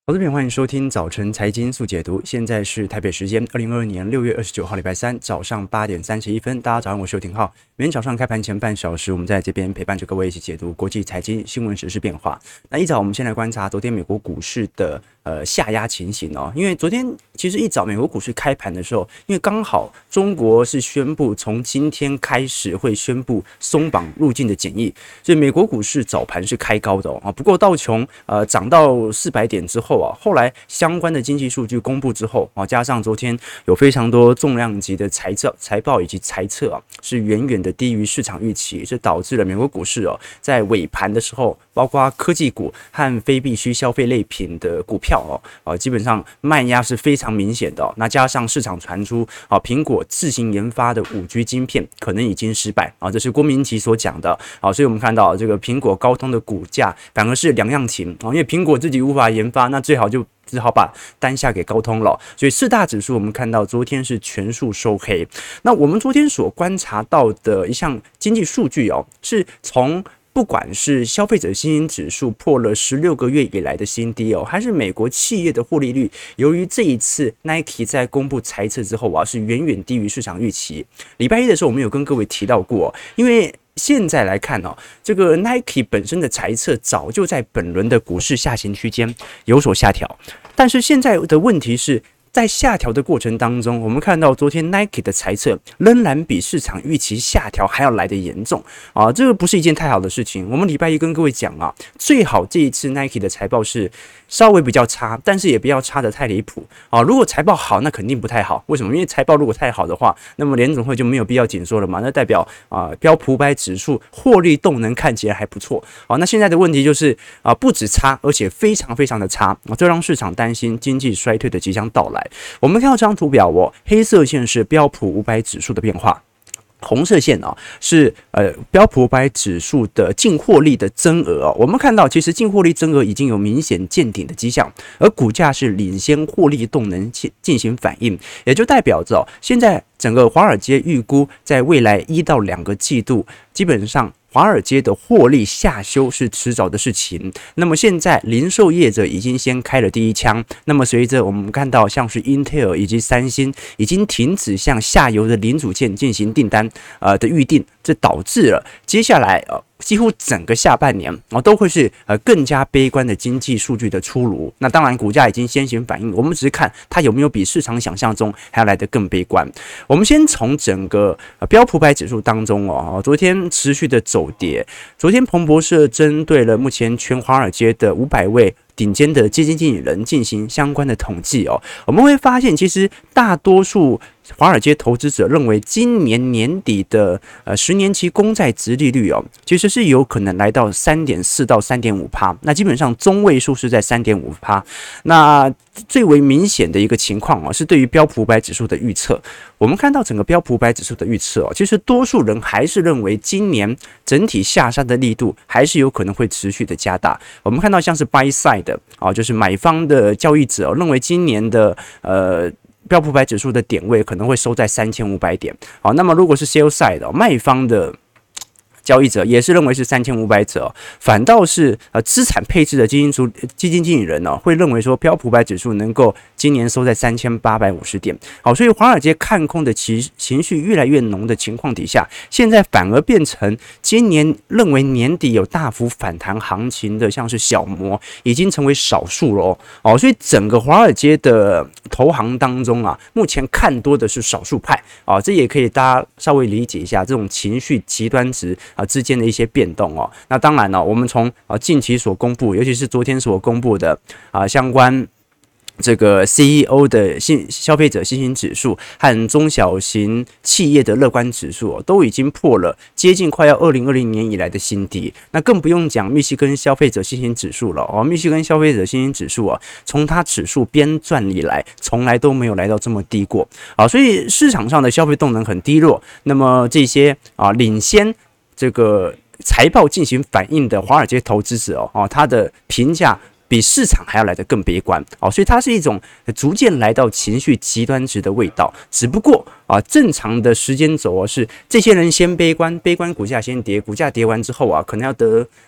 投资朋友，欢迎收听早晨财经速解读。现在是台北时间2022年6月29号，礼拜三早上8点31分。大家早上，我是尤廷浩。每天早上开盘前半小时，我们在这边陪伴着各位一起解读国际财经新闻时事变化。那一早，我们先来观察昨天美国股市的下压情形哦。因为昨天其实一早美国股市开盘的时候，因为刚好中国是宣布从今天开始会宣布松绑入境的检疫，所以美国股市早盘是开高的哦。不过道琼涨到400点之后，后来相关的经济数据公布之后，加上昨天有非常多重量级的财报以及财测是远远的低于市场预期，这导致了美国股市在尾盘的时候，包括科技股和非必需消费类品的股票基本上卖压是非常明显的那加上市场传出苹果自行研发的5G 晶片可能已经失败这是郭明骥所讲的所以我们看到这个苹果、高通的股价反而是两样情因为苹果自己无法研发，那最好就只好把单下给高通了，所以四大指数我们看到昨天是全数收黑。那我们昨天所观察到的一项经济数据是从不管是消费者信心指数破了16个月以来的新低还是美国企业的获利率，由于这一次 Nike 在公布财测之后是远远低于市场预期。礼拜一的时候我们有跟各位提到过因为现在来看这个 Nike 本身的财测早就在本轮的股市下行区间有所下调，但是现在的问题是在下调的过程当中，我们看到昨天 Nike 的财测仍然比市场预期下调还要来得严重这个不是一件太好的事情。我们礼拜一跟各位讲最好这一次 Nike 的财报是稍微比较差，但是也不要差得太离谱如果财报好，那肯定不太好。为什么？因为财报如果太好的话，那么联总会就没有必要紧缩了嘛，那代表标普500指数获利动能看起来还不错那现在的问题就是不止差，而且非常非常的差这让市场担心经济衰退的即将到来。我们看到这张图表黑色线是标普500指数的变化，红色线是标普500指数的净获利的增额我们看到其实净获利增额已经有明显见顶的迹象，而股价是领先获利动能进行反应，也就代表着现在整个华尔街预估在未来1到2个季度基本上华尔街的获利下修是迟早的事情。那么现在零售业者已经先开了第一枪，那么随着我们看到像是 Intel 以及三星已经停止向下游的零组件进行订单的预定，这导致了接下来几乎整个下半年都会是更加悲观的经济数据的出炉。那当然股价已经先行反应，我们只是看它有没有比市场想象中还要来得更悲观。我们先从整个标普500指数当中昨天持续的走跌。昨天彭博社针对了目前全华尔街的500位顶尖的基金经理人进行相关的统计我们会发现其实大多数华尔街投资者认为今年年底的10年期公债殖利率其实是有可能来到 3.4 到 3.5%， 那基本上中位数是在 3.5%。 那最为明显的一个情况是对于标普500指数的预测。我们看到整个标普500指数的预测其实多数人还是认为今年整体下杀的力度还是有可能会持续的加大。我们看到像是 buy side 就是买方的交易者认为今年的标普500指数的点位可能会收在3500点那么如果是 sell side 卖方的交易者也是认为是3500者反倒是资产配置的基金经理人会认为说标普500指数能够今年收在3850点所以华尔街看空的情绪越来越浓的情况底下，现在反而变成今年认为年底有大幅反弹行情的像是小摩已经成为少数了所以整个华尔街的投行当中目前看多的是少数派这也可以大家稍微理解一下这种情绪极端值之间的一些变动那当然我们从近期所公布，尤其是昨天所公布的相关这个 CEO 的消费者信心指数和中小型企业的乐观指数都已经破了接近快要2020年以来的新低。那更不用讲密西根消费者信心指数了密西根消费者信心指数从它指数编撰以来从来都没有来到这么低过所以市场上的消费动能很低落。那么这些领先这个财报进行反应的华尔街投资者他的评价比市场还要来得更悲观所以它是一种逐渐来到情绪极端值的味道。只不过正常的时间轴是这些人先悲观，股价先跌，股价跌完之后可能要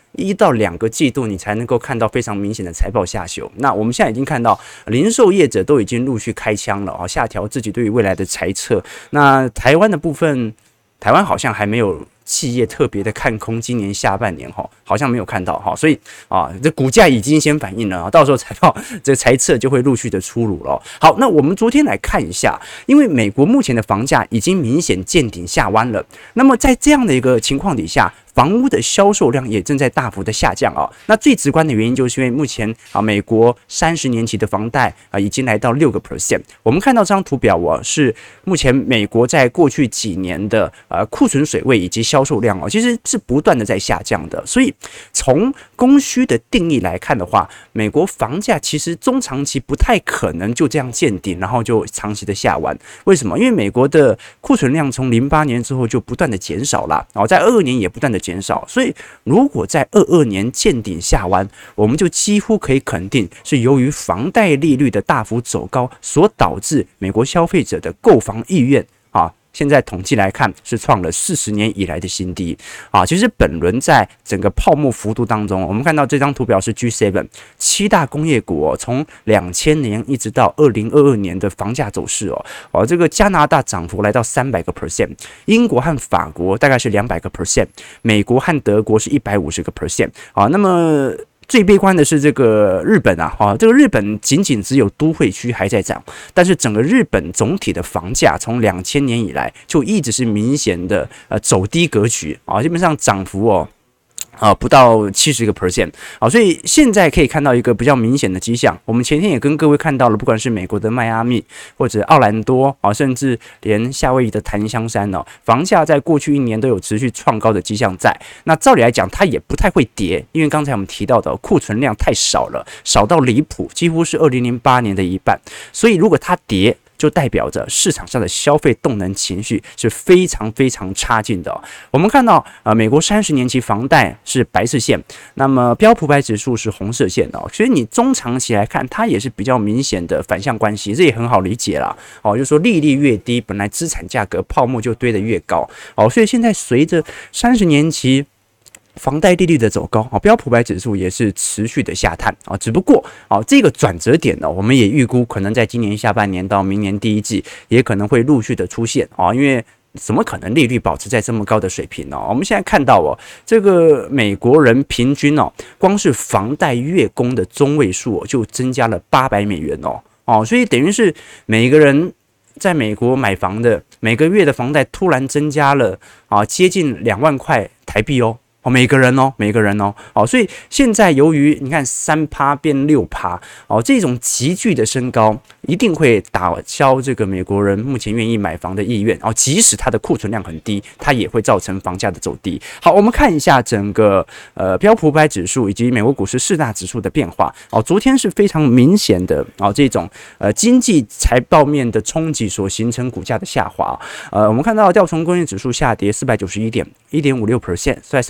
1到2个季度你才能够看到非常明显的财报下修。那我们现在已经看到零售业者都已经陆续开枪了下调自己对于未来的财测。那台湾的部分，台湾好像还没有企业特别的看空今年下半年好像没有看到所以这股价已经先反映了到时候财报这个财测就会陆续的出炉了。好，那我们昨天来看一下，因为美国目前的房价已经明显见顶下弯了，那么在这样的一个情况底下，房屋的销售量也正在大幅的下降那最直观的原因就是因为目前美国30年期的房贷已经来到6%。我们看到这张图表是目前美国在过去几年的库存水位以及销售量其实是不断的在下降的。所以从供需的定义来看的话，美国房价其实中长期不太可能就这样见顶，然后就长期的下弯。为什么？因为美国的库存量从08年之后就不断的减少了在22年也不断的减少，所以如果在22年见顶下弯，我们就几乎可以肯定是由于房贷利率的大幅走高所导致美国消费者的购房意愿现在统计来看是创了40年以来的新低其实本轮在整个泡沫幅度当中，我们看到这张图表是 G7 7大工业国从2000年一直到2022年的房价走势这个加拿大涨幅来到300%，英国和法国大概是200%，美国和德国是150%那么最悲观的是这个日本这个日本仅仅只有都会区还在涨，但是整个日本总体的房价从2000年以来就一直是明显的走低格局基本上涨幅不到70%所以现在可以看到一个比较明显的迹象。我们前天也跟各位看到了，不管是美国的迈阿密或者奥兰多甚至连夏威夷的檀香山房价在过去1年都有持续创高的迹象在。那照理来讲，它也不太会跌，因为刚才我们提到的库存量太少了，少到离谱，几乎是2008年的一半。所以如果它跌，就代表着市场上的消费动能情绪是非常非常差劲的我们看到美国30年期房贷是白色线，那么标普500指数是红色线所以你中长期来看，它也是比较明显的反向关系，这也很好理解啦就是说利率越低，本来资产价格泡沫就堆得越高所以现在随着30年期房贷利率的走高标普500指数也是持续的下探只不过这个转折点我们也预估可能在今年下半年到明年第一季也可能会陆续的出现因为怎么可能利率保持在这么高的水平我们现在看到这个美国人平均光是房贷月供的中位数就增加了$800所以等于是每个人在美国买房的每个月的房贷突然增加了接近2万块台币每个人所以现在由于你看3%变6%这种急剧的升高，一定会打消这个美国人目前愿意买房的意愿即使它的库存量很低，它也会造成房价的走低。好，我们看一下整个标普500指数以及美国股市4大指数的变化昨天是非常明显的这种经济财报面的冲击所形成股价的下滑我们看到道琼工业指数下跌491点 1.56%， 在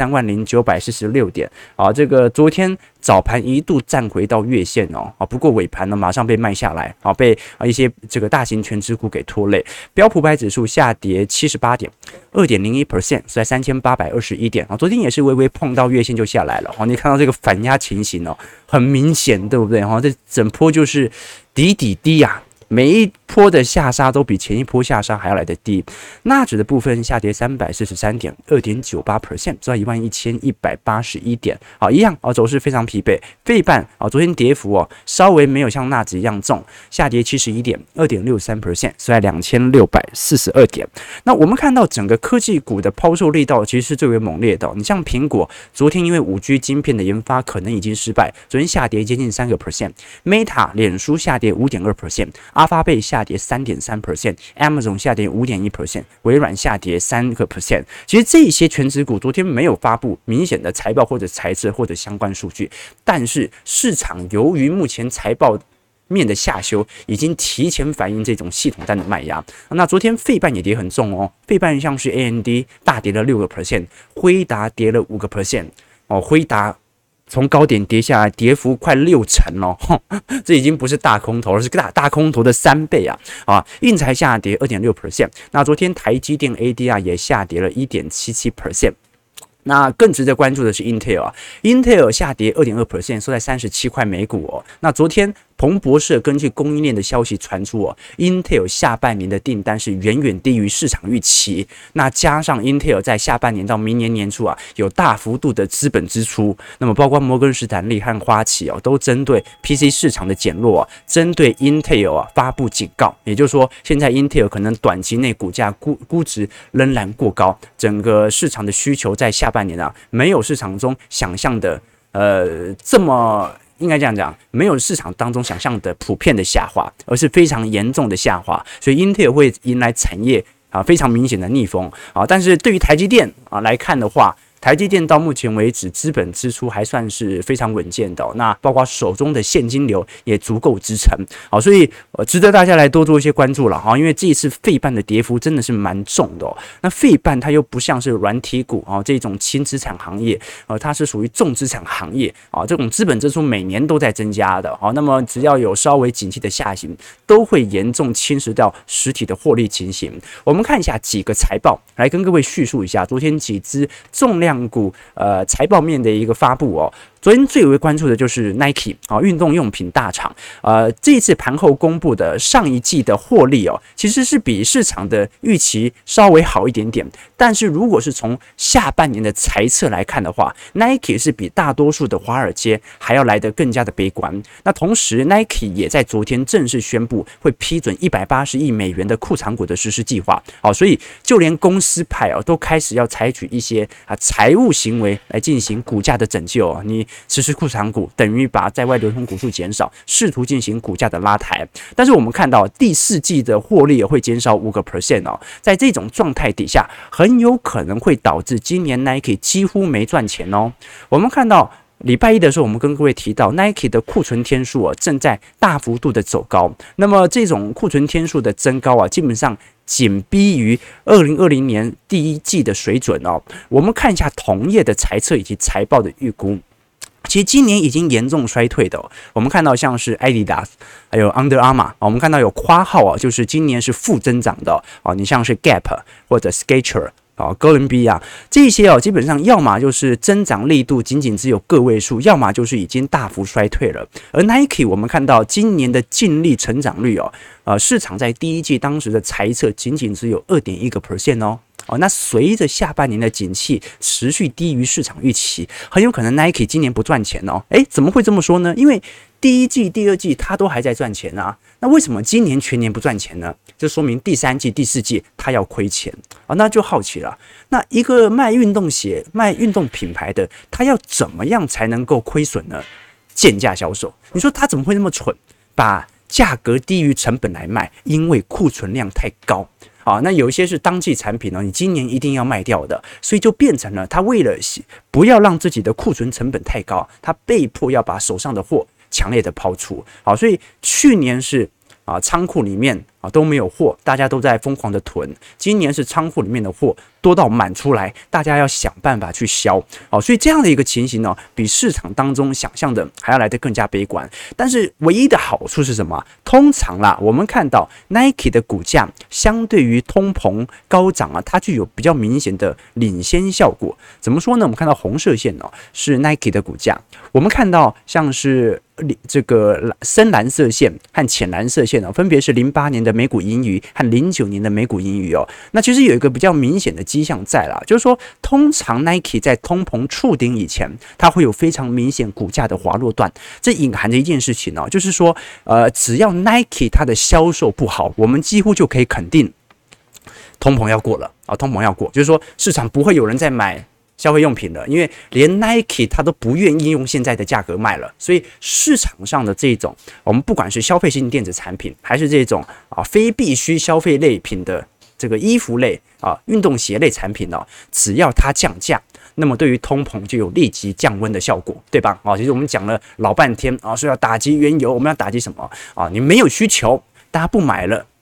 30,946点这个昨天早盘一度站回到月线不过尾盘呢马上被卖下来被一些这个大型权值股给拖累。标普500指数下跌78点 2.01%， 在3821点昨天也是微微碰到月线就下来了你看到这个反压情形很明显，对不对这整波就是底低每一波的下杀都比前一波下杀还要来得低。纳指的部分下跌343点 2.98%， 在11181点一样走势非常疲惫。费半昨天跌幅稍微没有像纳指一样重，下跌71点 2.63%， 在2642点。那我们看到整个科技股的抛售力道其实是最为猛烈的你像苹果昨天因为 5G 晶片的研发可能已经失败，昨天下跌接近3%， Meta 脸书下跌 5.2%， 阿发贝下跌 3.3%， Amazon 下跌 5.1%， 微软下跌 3%。 其实这些权值股昨天没有发布明显的财报或者财测或者相关数据，但是市场由于目前财报面的下修已经提前反映这种系统单的卖压。那昨天费半也跌很重费半像是 AMD 大跌了 6%， 辉达跌了 5%辉达从高点跌下来，跌幅快60%了这已经不是大空头，而是大空头的3倍运材下跌 2.6%。 那昨天台积电 ADR 也下跌了 1.77%。 那更值得关注的是 Intel 啊，Intel 下跌 2.2%， 收在37块每股哦。那昨天彭博社根据供应链的消息传出哦，Intel 下半年的订单是远远低于市场预期。那加上 Intel 在下半年到明年年初啊，有大幅度的资本支出，那么包括摩根士丹利和花旗哦，都针对 PC 市场的减弱啊，针对 Intel 啊发布警告。也就是说，现在 Intel 可能短期内股价估值仍然过高，整个市场的需求在下半年啊，没有市场中想象的这么。应该这样讲，没有市场当中想象的普遍的下滑，而是非常严重的下滑，所以 Intel 会迎来产业非常明显的逆风啊。但是对于台积电来看的话，台积电到目前为止资本支出还算是非常稳健的那包括手中的现金流也足够支撑好，所以值得大家来多做一些关注了因为这一次费半的跌幅真的是蛮重的那费半它又不像是软体股这种轻资产行业它是属于重资产行业这种资本支出每年都在增加的那么只要有稍微景气的下行，都会严重侵蚀到实体的获利情形。我们看一下几个财报来跟各位叙述一下昨天几只重量股财报面的一个发布昨天最为关注的就是 Nike 运动用品大厂这一次盘后公布的上一季的获利其实是比市场的预期稍微好一点点，但是如果是从下半年的财测来看的话 Nike 是比大多数的华尔街还要来得更加的悲观。那同时 Nike 也在昨天正式宣布会批准180亿美元的库藏股的实施计划所以就连公司派都开始要采取一些财务行为来进行股价的拯救你实施库藏股等于把在外流通股数减少，试图进行股价的拉抬。但是我们看到第四季的获利也会减少 5% 在这种状态底下，很有可能会导致今年 Nike 几乎没赚钱我们看到礼拜一的时候，我们跟各位提到 Nike 的库存天数正在大幅度的走高。那么这种库存天数的增高基本上仅逼于2020年第一季的水准我们看一下同业的财测以及财报的预估。其实今年已经严重衰退的我们看到像是 Adidas 还有 Under Armour 我们看到有括号就是今年是负增长的你像是 Gap 或者 Skechers哥伦比亚这些基本上要么就是增长力度仅仅只有个位数，要么就是已经大幅衰退了。而 Nike 我们看到今年的净利成长率市场在第一季当时的财测仅仅只有 2.1% 那随着下半年的景气持续低于市场预期，很有可能 Nike 今年不赚钱怎么会这么说呢？因为第一季、第二季它都还在赚钱那为什么今年全年不赚钱呢？这说明第三季、第四季它要亏钱那就好奇了。那一个卖运动鞋、卖运动品牌的，它要怎么样才能够亏损呢？贱价销售，你说他怎么会那么蠢，把价格低于成本来卖？因为库存量太高。那有一些是当季产品你今年一定要卖掉的，所以就变成了他为了不要让自己的库存成本太高，他被迫要把手上的货强烈的抛出。所以去年是仓库里面都没有货，大家都在疯狂的囤。今年是仓库里面的货多到满出来，大家要想办法去销所以这样的一个情形比市场当中想象的还要来得更加悲观。但是唯一的好处是什么？通常我们看到 Nike 的股价相对于通膨高涨它具有比较明显的领先效果。怎么说呢？我们看到红色线是 Nike 的股价，我们看到像是这个深蓝色线和浅蓝色线分别是08年的每股盈余和09年的每股盈余那其实有一个比较明显的迹象在啦，就是说通常 Nike 在通膨触顶以前，它会有非常明显股价的滑落段。这隐含着一件事情就是说只要 Nike 它的销售不好，我们几乎就可以肯定通膨要过了通膨要过，就是说市场不会有人再买消费用品了，因为连 Nike 它都不愿意用现在的价格卖了，所以市场上的这种我们不管是消费性电子产品，还是这种非必需消费类品的这个衣服类运动鞋类产品只要它降价，那么对于通膨就有立即降温的效果，对吧？其实我们讲了老半天说要打击原油，我们要打击什么你没有需求，大家不买了。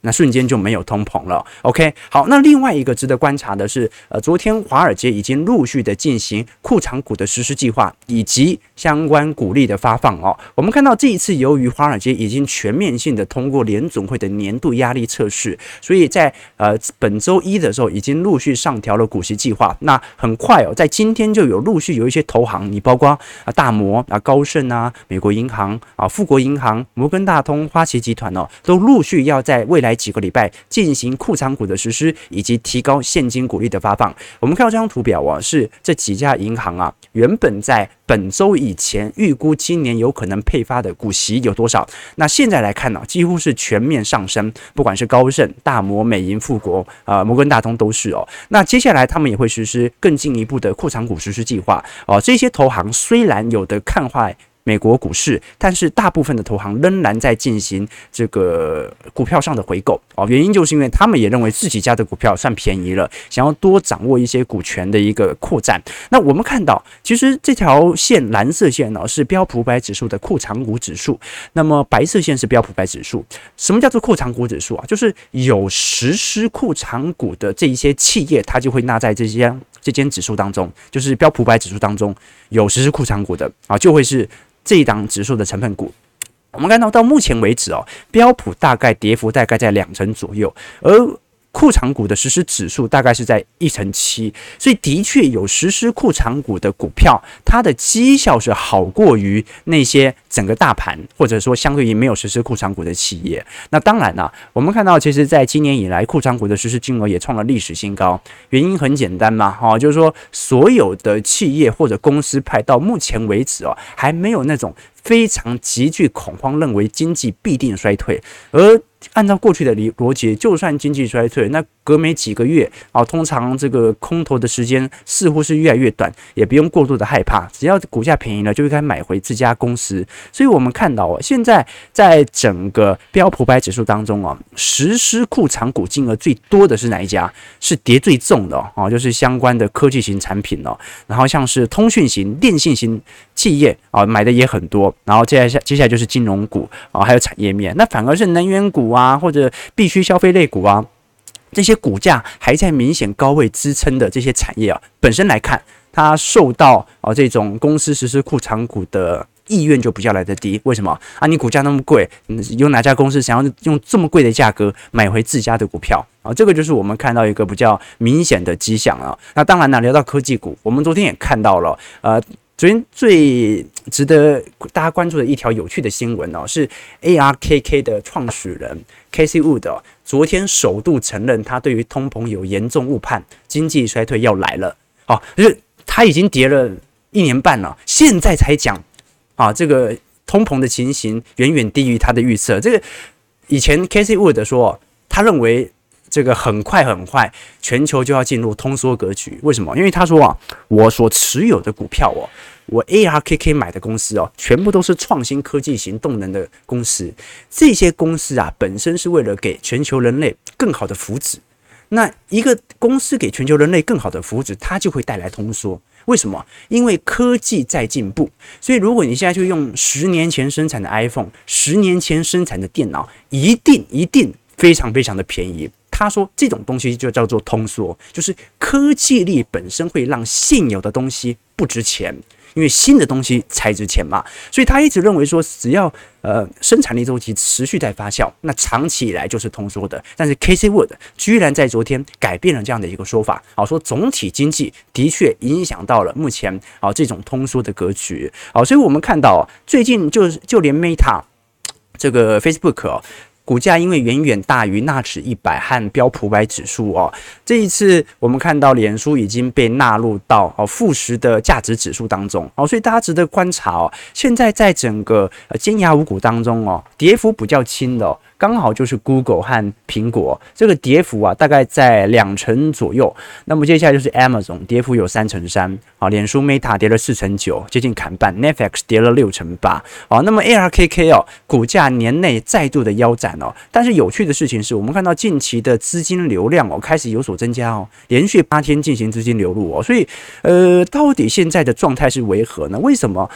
那瞬间就没有通膨了。OK， 好，那另外一个值得观察的是，昨天华尔街已经陆续的进行库藏股的实施计划以及相关股利的发放哦。我们看到这一次由于华尔街已经全面性的通过联总会的年度压力测试，所以在本周一的时候已经陆续上调了股息计划。那很快哦，在今天就陆续有一些投行，你包括大摩高盛美国银行富国银行、摩根大通、花旗集团哦，都陆续要在未来几个礼拜进行库藏股的实施，以及提高现金股利的发放。我们看到这张图表是这几家银行原本在本周以前预估今年有可能配发的股息有多少？那现在来看几乎是全面上升，不管是高盛、大摩、美银、富国、摩根大通都是哦。那接下来他们也会实施更进一步的库藏股实施计划哦。这些投行虽然有的看坏美国股市，但是大部分的投行仍然在进行这个股票上的回购原因就是因为他们也认为自己家的股票算便宜了，想要多掌握一些股权的一个扩展。那我们看到，其实这条线蓝色线是标普500指数的库藏股指数，那么白色线是标普500指数。什么叫做库藏股指数就是有实施库藏股的这一些企业，它就会纳在这间指数当中，就是标普500指数当中有实施库藏股的就会是这一档指数的成分股。我们看到目前为止标普大概跌幅大概在2%左右，而库藏股的实施指数大概是在1.7%，所以的确有实施库藏股的股票，它的绩效是好过于那些整个大盘或者说相对于没有实施库藏股的企业。那当然我们看到其实在今年以来库藏股的实施金额也创了历史新高，原因很简单嘛就是说所有的企业或者公司派到目前为止还没有那种非常极具恐慌，认为经济必定衰退。而按照过去的逻辑，就算经济衰退，那隔没几个月通常这个空头的时间似乎是越来越短，也不用过度的害怕，只要股价便宜了，就应该买回这家公司。所以我们看到现在在整个标普500指数当中实施库藏股金额最多的是哪一家？是跌最重的就是相关的科技型产品然后像是通讯型、电信型企业买的也很多，然后接下来就是金融股还有产业面。那反而是能源股或者必须消费类股这些股价还在明显高位支撑的这些产业本身来看，它受到这种公司实施库藏股的意愿就比较来得低。为什么你股价那么贵，有哪家公司想要用这么贵的价格买回自家的股票这个就是我们看到一个比较明显的迹象那当然聊到科技股，我们昨天也看到了昨天最值得大家关注的一条有趣的新闻是 ARKK 的创始人 Casey Wood 昨天首度承认他对于通膨有严重误判，经济衰退要来了就是他已经跌了1年半了，现在才讲这个通膨的情形远远低于他的预测。这个以前 Casey Wood 说他认为这个很快全球就要进入通缩格局。为什么？因为他说我所持有的股票我 ARKK 买的公司全部都是创新科技型动能的公司，这些公司本身是为了给全球人类更好的福祉。那一个公司给全球人类更好的福祉，它就会带来通缩。为什么？因为科技在进步，所以如果你现在就用10年前生产的 iPhone， 10年前生产的电脑，一定非常的便宜。他说这种东西就叫做通缩，就是科技力本身会让现有的东西不值钱，因为新的东西才值钱嘛。所以他一直认为说，只要生产力周期持续在发酵，那长期以来就是通缩的。但是 Casey Wood 居然在昨天改变了这样的一个说法，说总体经济的确影响到了目前这种通缩的格局。所以我们看到最近就连 Meta 这个 Facebook 股价因为远远大于纳指100和标普500指数这一次我们看到脸书已经被纳入到富时的价值指数当中所以大家值得观察现在在整个尖牙五股当中跌幅比较轻的刚好就是 Google 和苹果，这个跌幅大概在2%左右。那么接下来就是 Amazon 跌幅有3%，脸书 Meta 跌了4%9%，接近砍半。Netflix 跌了6%8%。那么 ARKK 股价年内再度的腰斩但是有趣的事情是我们看到近期的资金流量开始有所增加连续8天进行资金流入所以到底现在的状态是为何呢？为什么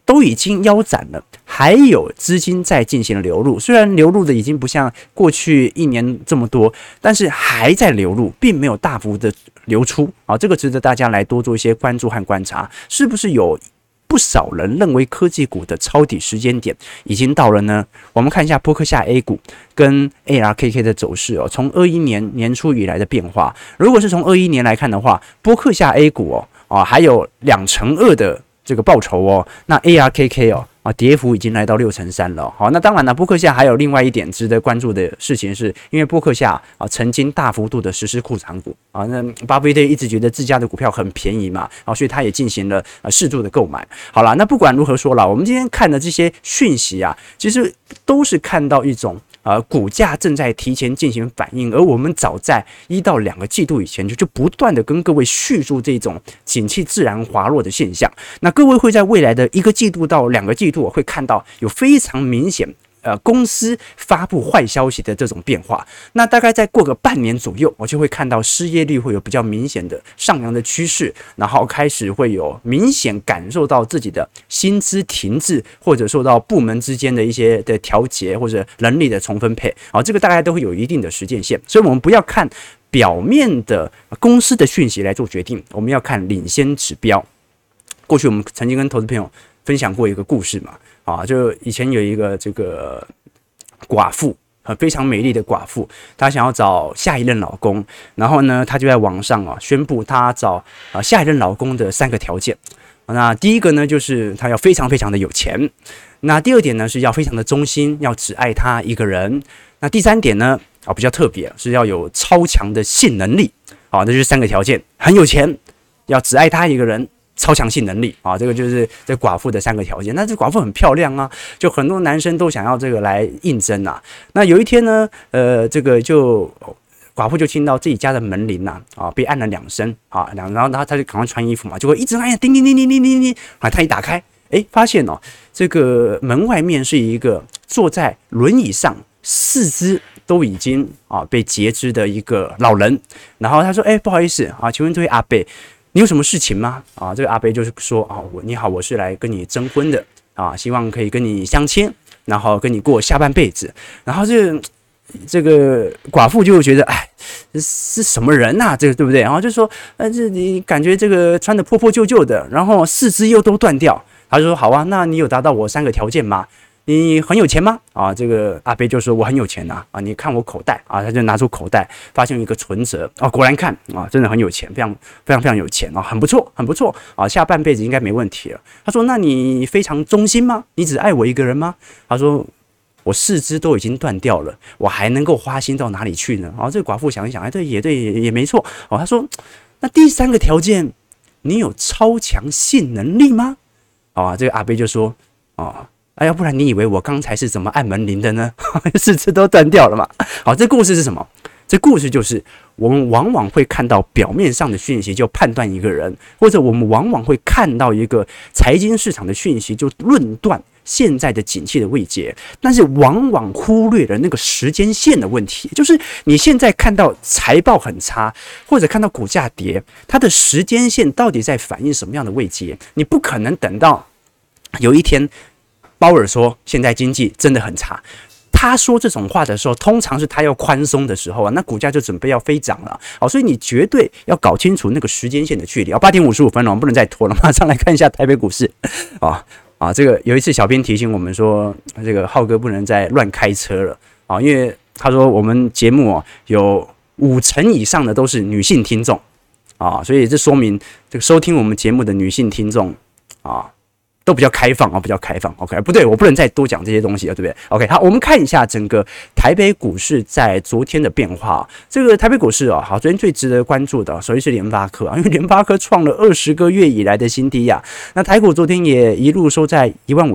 都已经腰斩了，还有资金在进行流入，虽然流入的已经不像过去1年这么多，但是还在流入，并没有大幅的流出啊，这个值得大家来多做一些关注和观察，是不是有不少人认为科技股的抄底时间点已经到了呢？我们看一下波克夏 A 股跟 ARKK 的走势哦，从21年年初以来的变化。如果是从21年来看的话，波克夏 A 股还有2%的这个报酬哦，那 ARKK 跌幅已经来到6%了。好，那当然了，波克夏还有另外一点值得关注的事情是，因为波克夏曾经大幅度的实施库藏股那巴菲特一直觉得自家的股票很便宜嘛所以他也进行了适度的购买。好了，那不管如何说了，我们今天看的这些讯息其实都是看到一种股价正在提前进行反应，而我们早在1到2个季度以前就不断的跟各位叙述这种景气自然滑落的现象。那各位会在未来的1个季度到2个季度，我会看到有非常明显公司发布坏消息的这种变化。那大概再过个半年左右，我就会看到失业率会有比较明显的上扬的趋势，然后开始会有明显感受到自己的薪资停滞，或者受到部门之间的一些的调节或者人力的重分配这个大概都会有一定的时间线。所以我们不要看表面的公司的讯息来做决定，我们要看领先指标。过去我们曾经跟投资朋友分享过一个故事嘛就以前有一个这个寡妇，非常美丽的寡妇，她想要找下一任老公，然后呢，她就在网上宣布她找下一任老公的3个条件。那第一个呢，就是她要非常非常的有钱。那第二点呢，是要非常的忠心，要只爱他一个人。那第3点呢，比较特别，是要有超强的性能力。这就是3个条件：很有钱，要只爱他一个人。超强性能力这个就是这寡妇的3个条件。那这寡妇很漂亮就很多男生都想要这个来应征那有一天呢，这个就寡妇就听到自己家的门铃被按了2声然后他就赶快穿衣服嘛，结果一直按叮叮叮叮叮叮叮他一打开，发现这个门外面是一个坐在轮椅上4肢都已经被截肢的一个老人。然后他说：“不好意思请问这位阿伯，你有什么事情吗？”这个阿伯就是说你好，我是来跟你征婚的希望可以跟你相亲，然后跟你过下半辈子。然后这个寡妇就觉得这是什么人这个对不对？然后就说这你感觉这个穿的破破旧旧的，然后4肢又都断掉。他就说好啊，那你有达到我3个条件吗？你很有钱吗？这个阿伯就说我很有钱你看我口袋他就拿出口袋，发现一个存折果然看真的很有钱，非常非常非常有钱很不错很不错下半辈子应该没问题了。他说那你非常忠心吗？你只爱我一个人吗？他说我4肢都已经断掉了，我还能够花心到哪里去呢？这个寡妇想一想，对，也没错他说那第3个条件，你有超强性能力吗？这个阿伯就说要不然你以为我刚才是怎么按门铃的呢？4肢都断掉了嘛。好，这故事是什么？这故事就是我们往往会看到表面上的讯息就判断一个人，或者我们往往会看到一个财经市场的讯息就论断现在的景气的位阶，但是往往忽略了那个时间线的问题。就是你现在看到财报很差，或者看到股价跌，它的时间线到底在反映什么样的位阶？你不可能等到有一天鲍尔说现在经济真的很差，他说这种话的时候，通常是他要宽松的时候那股价就准备要飞涨了所以你绝对要搞清楚那个时间线的距离8点55分了，我们不能再拖了，马上来看一下台北股市这个有一次小编提醒我们说，这个浩哥不能再乱开车了因为他说我们节目有50%以上的都是女性听众所以这说明这个收听我们节目的女性听众都比较开放比较开放。OK， 不对，我不能再多讲这些东西了，对不对 ？OK， 好，我们看一下整个台北股市在昨天的变化。这个台北股市好，昨天最值得关注的，首先是联发科因为联发科创了20个月以来的新低那台股昨天也一路收在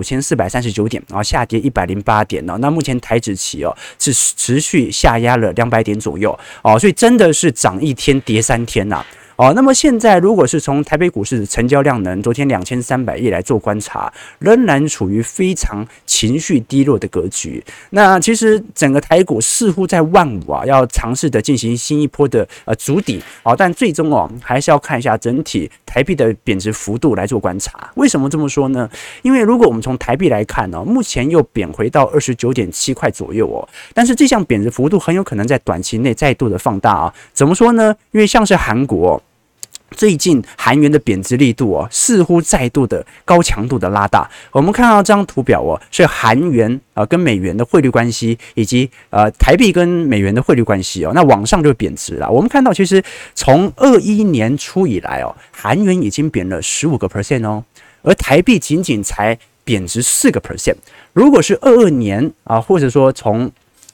15439点下跌108点那目前台指期是持续下压了200点左右所以真的是涨1天跌3天那么现在如果是从台北股市的成交量能，昨天2300亿来做观察，仍然处于非常情绪低落的格局。那其实整个台股似乎在15000要尝试的进行新一波的筑底但最终还是要看一下整体台币的贬值幅度来做观察。为什么这么说呢？因为如果我们从台币来看目前又贬回到29.7块左右但是这项贬值幅度很有可能在短期内再度的放大怎么说呢？因为像是韩国最近韩元的贬值力度似乎再度的高强度的拉大。我们看到这张图表是韩元跟美元的汇率关系，以及台币跟美元的汇率关系那往上就贬值了。我们看到其实从21年初以来韩元已经贬了15%而台币仅仅才贬值4%。如果是22年或者说从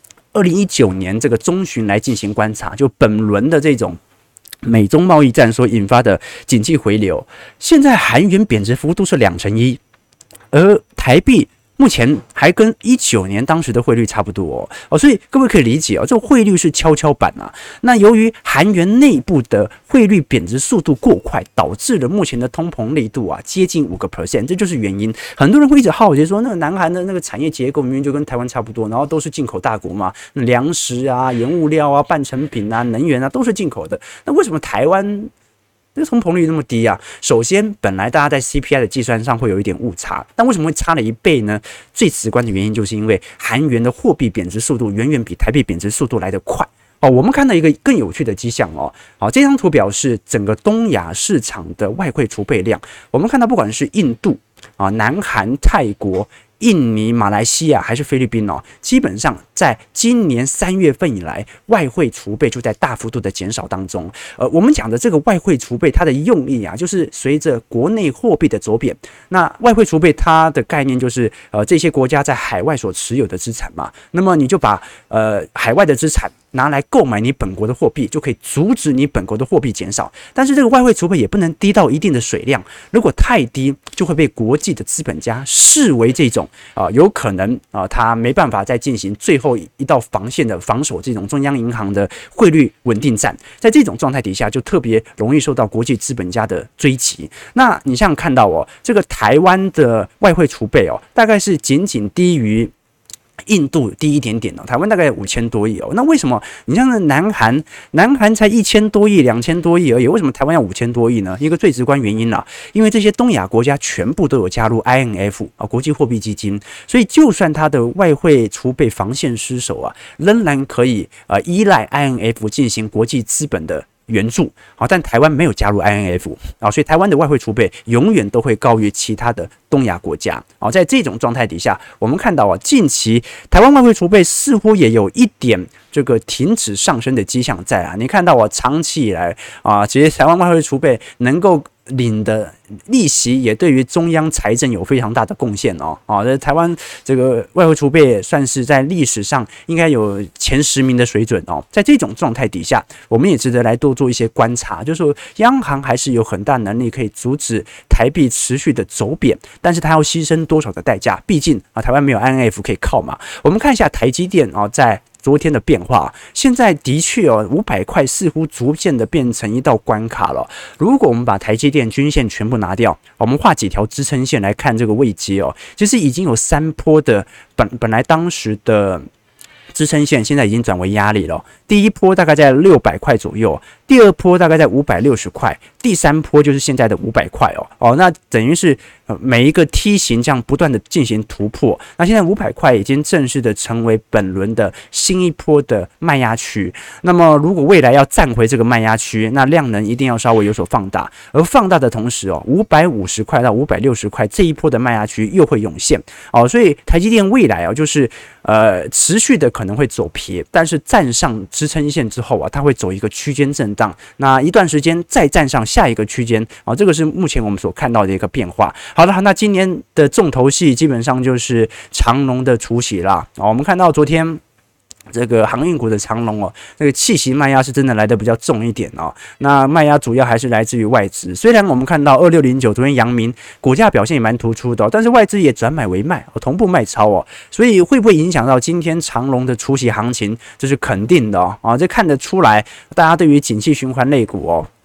2019年这个中旬来进行观察，就本轮的这种美中贸易战所引发的经济回流，现在韩元贬值幅度是1%，而台币目前还跟19年当时的汇率差不多所以各位可以理解这个汇率是跷跷板那由于韩元内部的汇率贬值速度过快，导致了目前的通膨力度接近5%，这就是原因。很多人会一直好奇说，那个南韩的那个产业结构明明就跟台湾差不多，然后都是进口大国嘛，粮食原物料半成品能源都是进口的，那为什么台湾这个通膨率那么低首先，本来大家在 CPI 的计算上会有一点误差，但为什么会差了1倍呢？最直观的原因就是因为韩元的货币贬值速度远远比台币贬值速度来得快我们看到一个更有趣的迹象这张图表示整个东亚市场的外汇储备量。我们看到不管是印度南韩、泰国、印尼、马来西亚还是菲律宾基本上在今年3月份以来，外汇储备就在大幅度的减少当中。我们讲的这个外汇储备，它的用意就是随着国内货币的走贬，那外汇储备它的概念就是这些国家在海外所持有的资产嘛，那么你就把海外的资产拿来购买你本国的货币，就可以阻止你本国的货币减少。但是这个外汇储备也不能低到一定的水量，如果太低，就会被国际的资本家视为这种有可能他没办法再进行最后一道防线的防守这种中央银行的汇率稳定战。在这种状态底下，就特别容易受到国际资本家的追击。那你像看到这个台湾的外汇储备大概是仅仅低于印度低一点点台湾大概5000多亿那为什么你像南韩才1000多亿、2000多亿而已，为什么台湾要5000多亿呢？一个最直观原因因为这些东亚国家全部都有加入 IMF 国际货币基金，所以就算它的外汇储备防线失守仍然可以依赖 IMF 进行国际资本的援助但台湾没有加入 IMF 所以台湾的外汇储备永远都会高于其他的东亚国家在这种状态底下，我们看到近期台湾外汇储备似乎也有一点这个停止上升的迹象在你看到长期以来其实台湾外汇储备能够领的利息也对于中央财政有非常大的贡献台湾这个外汇储备算是在历史上应该有前10名的水准在这种状态底下，我们也值得来多做一些观察，就是说央行还是有很大能力可以阻止台币持续的走贬，但是它要牺牲多少的代价？毕竟台湾没有 IMF 可以靠嘛。我们看一下台积电在昨天的变化，现在的确500块似乎逐渐的变成一道关卡了。如果我们把台积电均线全部拿掉，我们画几条支撑线来看这个位阶其实已经有3波的本来当时的支撑线现在已经转为压力了。第一波大概在600块左右，第二波大概在560块，第三波就是现在的500块那等于是每一个梯形这样不断的进行突破。那现在500块已经正式的成为本轮的新一波的卖压区。那么如果未来要站回这个卖压区，那量能一定要稍微有所放大，而放大的同时550块到560块这一波的卖压区又会涌现所以台积电未来就是持续的可能会走撇，但是站上支撑线之后它会走一个区间震荡，那一段时间再站上下一个区间这个是目前我们所看到的一个变化。好了，那今年的重头戏基本上就是长荣的除息啦我们看到昨天这个航运股的长荣这个气息卖压是真的来得比较重一点那卖压主要还是来自于外资。虽然我们看到2609昨天阳明股价表现也蛮突出的但是外资也转买为卖同步卖超所以会不会影响到今天长荣的除息行情？这是肯定的这看得出来大家对于景气循环类股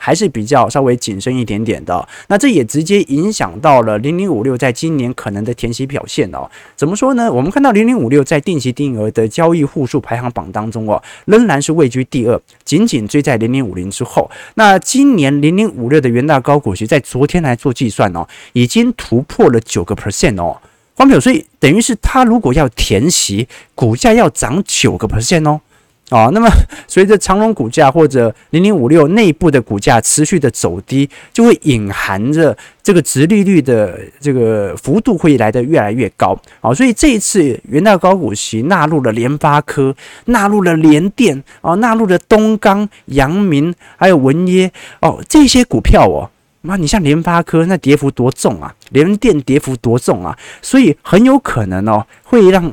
还是比较稍微谨慎一点点的。那这也直接影响到了0056在今年可能的填息表现哦。怎么说呢？我们看到0056在定期定额的交易户数排行榜当中哦，仍然是位居第2，紧紧追在0050之后。那今年0056的元大高股息在昨天来做计算哦，已经突破了9% 哦。黄朋友，所以等于是它如果要填息，股价要涨9% 哦。那么随着长荣股价或者0056内部的股价持续的走低，就会隐含着这个殖利率的这个幅度会来得越来越高。所以这一次元大高股息纳入了联发科，纳入了联电，纳入了东钢、阳明还有文业这些股票你像联发科那跌幅多重啊，联电跌幅多重啊，所以很有可能会让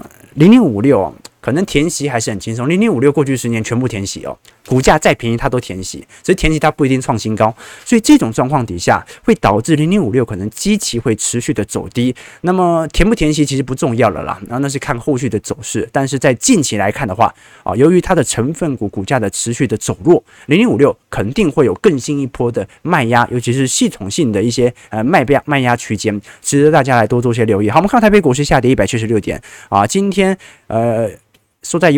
0056可能填息还是很轻松，0056过去10年全部填息股价再便宜它都填息，所以填息它不一定创新高，所以这种状况底下会导致0056可能基期会持续的走低。那么填不填息其实不重要了啦，那是看后续的走势。但是在近期来看的话由于它的成分股股价的持续的走弱，0056肯定会有更新一波的卖压，尤其是系统性的一些卖压区间，值得大家来多做些留意。好，我们看台北股市下跌176点今天收在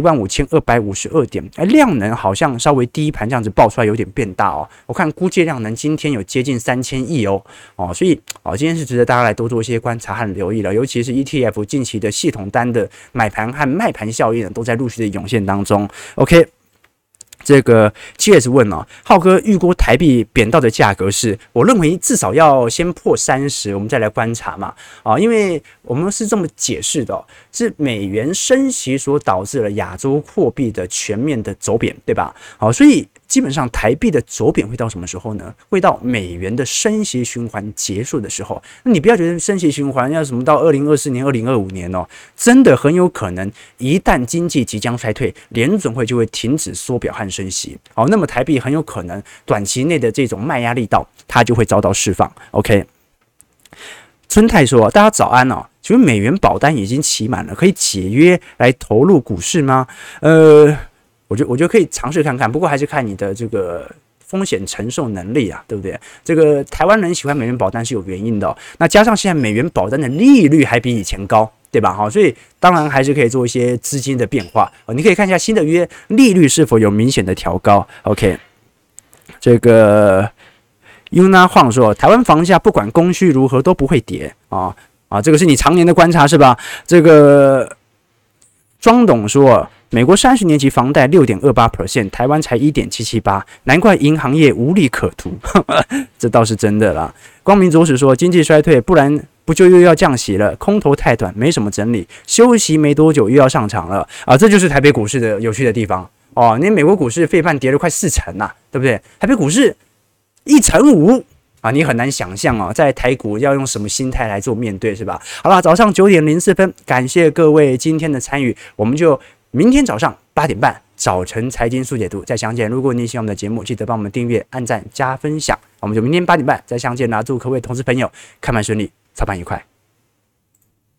15252点，量能好像稍微第一盘这样子爆出来有点变大我看估计量能今天有接近3000亿所以今天是值得大家来多做一些观察和留意了，尤其是 ETF 近期的系统单的买盘和卖盘效应都在陆续的涌现当中。OK。这个 GS 问浩哥预估台币贬到的价格是，我认为至少要先破30，我们再来观察嘛因为我们是这么解释的是美元升息所导致了亚洲货币的全面的走贬，对吧？所以基本上台币的走贬会到什么时候呢？会到美元的升息循环结束的时候。那你不要觉得升息循环要什么到2024年、2025年真的很有可能，一旦经济即将衰退，联准会就会停止缩表和升息那么台币很有可能短期内的这种卖压力道，它就会遭到释放。OK， 春泰说：“大家早安请问美元保单已经期满了，可以解约来投入股市吗？”我觉得可以尝试看看，不过还是看你的这个风险承受能力对不对？这个台湾人喜欢美元保单是有原因的那加上现在美元保单的利率还比以前高，对吧？所以当然还是可以做一些资金的变化你可以看一下新的约利率是否有明显的调高。OK， 这个 Yuna Huang 说，台湾房价不管供需如何都不会跌这个是你常年的观察是吧？这个庄董说，美国30年期房贷 6.28%， 台湾才 1.778%， 难怪银行业无利可图这倒是真的啦。光明左使说，经济衰退不然不就又要降息了，空头太短没什么整理，休息没多久又要上场了这就是台北股市的有趣的地方你美国股市费半跌了快40%对不对？台北股市1.5%你很难想象在台股要用什么心态来做面对，是吧？好啦，早上9点04分，感谢各位今天的参与，我们就明天早上8点半早晨财经速解读再相见。如果你喜欢我们的节目，记得帮我们订阅、按赞、加分享。我们就明天8点半再相见啦！祝各位投资朋友开盘顺利，操盘愉快。